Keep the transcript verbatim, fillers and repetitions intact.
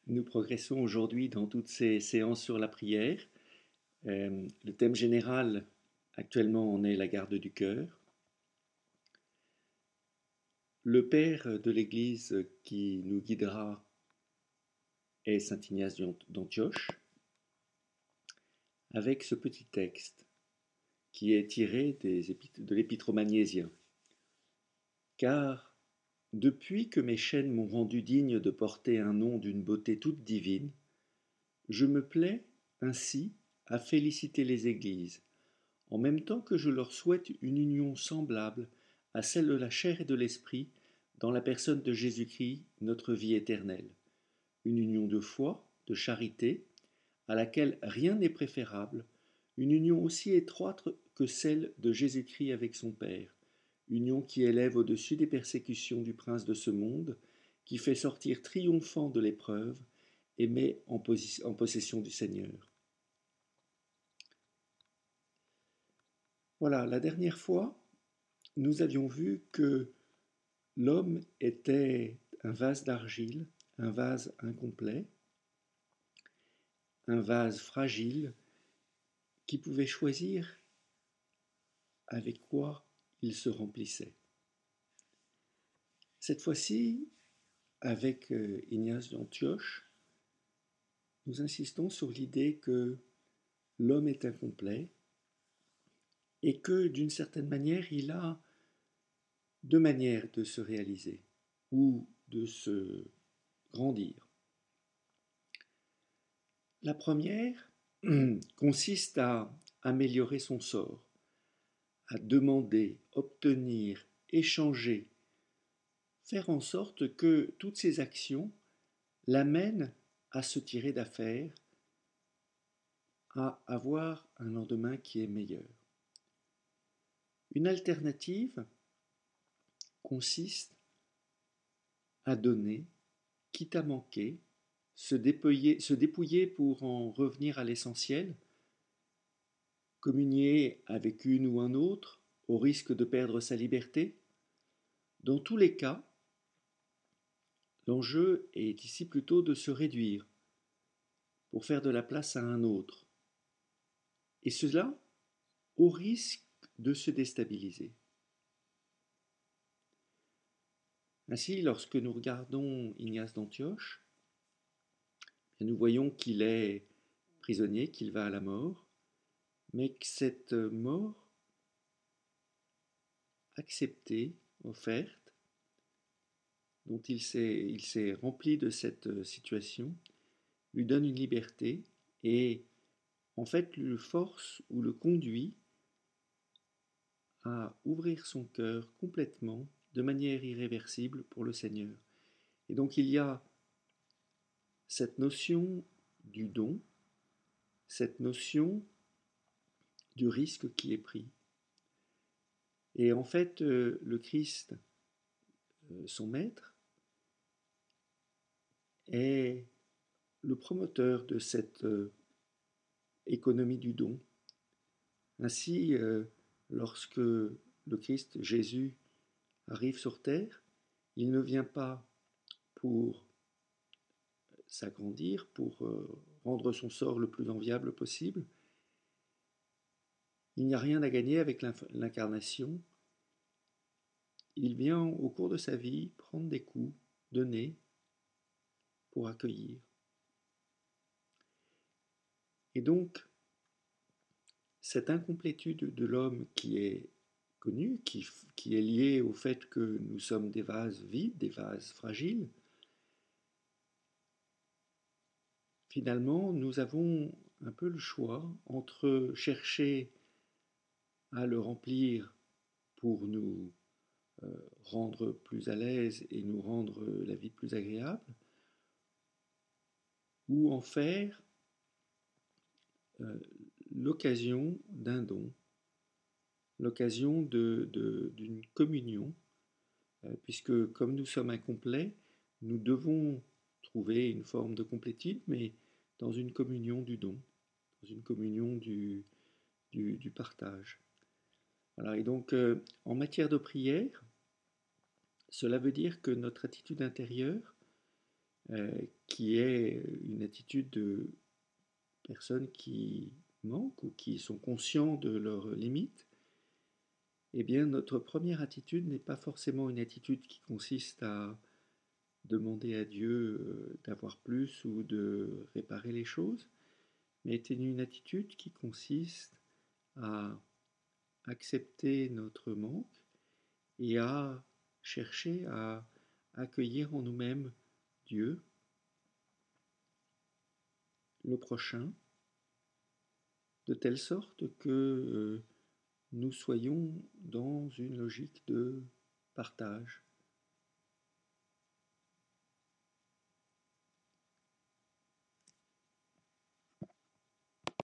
Nous progressons aujourd'hui dans toutes ces séances sur la prière. Euh, le thème général actuellement en est la garde du cœur. Le père de l'Église qui nous guidera est saint Ignace d'Antioche, avec ce petit texte qui est tiré des épîtres, de l'Épître aux Magnésiens. Car depuis que mes chaînes m'ont rendu digne de porter un nom d'une beauté toute divine, je me plais ainsi à féliciter les églises, en même temps que je leur souhaite une union semblable à celle de la chair et de l'esprit dans la personne de Jésus-Christ, notre vie éternelle. Une union de foi, de charité, à laquelle rien n'est préférable, une union aussi étroite que celle de Jésus-Christ avec son Père, union qui élève au-dessus des persécutions du prince de ce monde, qui fait sortir triomphant de l'épreuve et met en, posi- en possession du Seigneur. Voilà, la dernière fois, nous avions vu que l'homme était un vase d'argile, un vase incomplet, un vase fragile qui pouvait choisir avec quoi il se remplissait. Cette fois-ci, avec Ignace d'Antioche, nous insistons sur l'idée que l'homme est incomplet et que d'une certaine manière, il a deux manières de se réaliser ou de se grandir. La première consiste à améliorer son sort, à demander, obtenir, échanger, faire en sorte que toutes ces actions l'amènent à se tirer d'affaire, à avoir un lendemain qui est meilleur. Une alternative consiste à donner, quitte à manquer, se dépouiller, se dépouiller pour en revenir à l'essentiel, communier avec une ou un autre au risque de perdre sa liberté. Dans tous les cas, l'enjeu est ici plutôt de se réduire pour faire de la place à un autre, et cela au risque de se déstabiliser. Ainsi, lorsque nous regardons Ignace d'Antioche, nous voyons qu'il est prisonnier, qu'il va à la mort, mais que cette mort acceptée, offerte, dont il s'est, il s'est rempli de cette situation, lui donne une liberté et en fait le force ou le conduit à ouvrir son cœur complètement, de manière irréversible pour le Seigneur. Et donc il y a cette notion du don, cette notion du risque qui est pris. Et en fait, euh, le Christ, euh, son maître, est le promoteur de cette euh, économie du don. Ainsi, euh, lorsque le Christ, Jésus, arrive sur terre, il ne vient pas pour s'agrandir, pour euh, rendre son sort le plus enviable possible. Il n'y a rien à gagner avec l'incarnation. Il vient au cours de sa vie prendre des coups, donner, pour accueillir. Et donc, cette incomplétude de l'homme qui est connue, qui, qui est liée au fait que nous sommes des vases vides, des vases fragiles, finalement, nous avons un peu le choix entre chercher à le remplir pour nous euh, rendre plus à l'aise et nous rendre la vie plus agréable, ou en faire euh, l'occasion d'un don, l'occasion de, de, d'une communion, euh, puisque comme nous sommes incomplets, nous devons trouver une forme de complétude, mais dans une communion du don, dans une communion du, du, du partage. Voilà, et donc euh, en matière de prière, cela veut dire que notre attitude intérieure, euh, qui est une attitude de personnes qui manquent ou qui sont conscients de leurs limites, eh bien notre première attitude n'est pas forcément une attitude qui consiste à demander à Dieu euh, d'avoir plus ou de réparer les choses, mais est une attitude qui consiste à accepter notre manque et à chercher à accueillir en nous-mêmes Dieu, le prochain, de telle sorte que euh, nous soyons dans une logique de partage,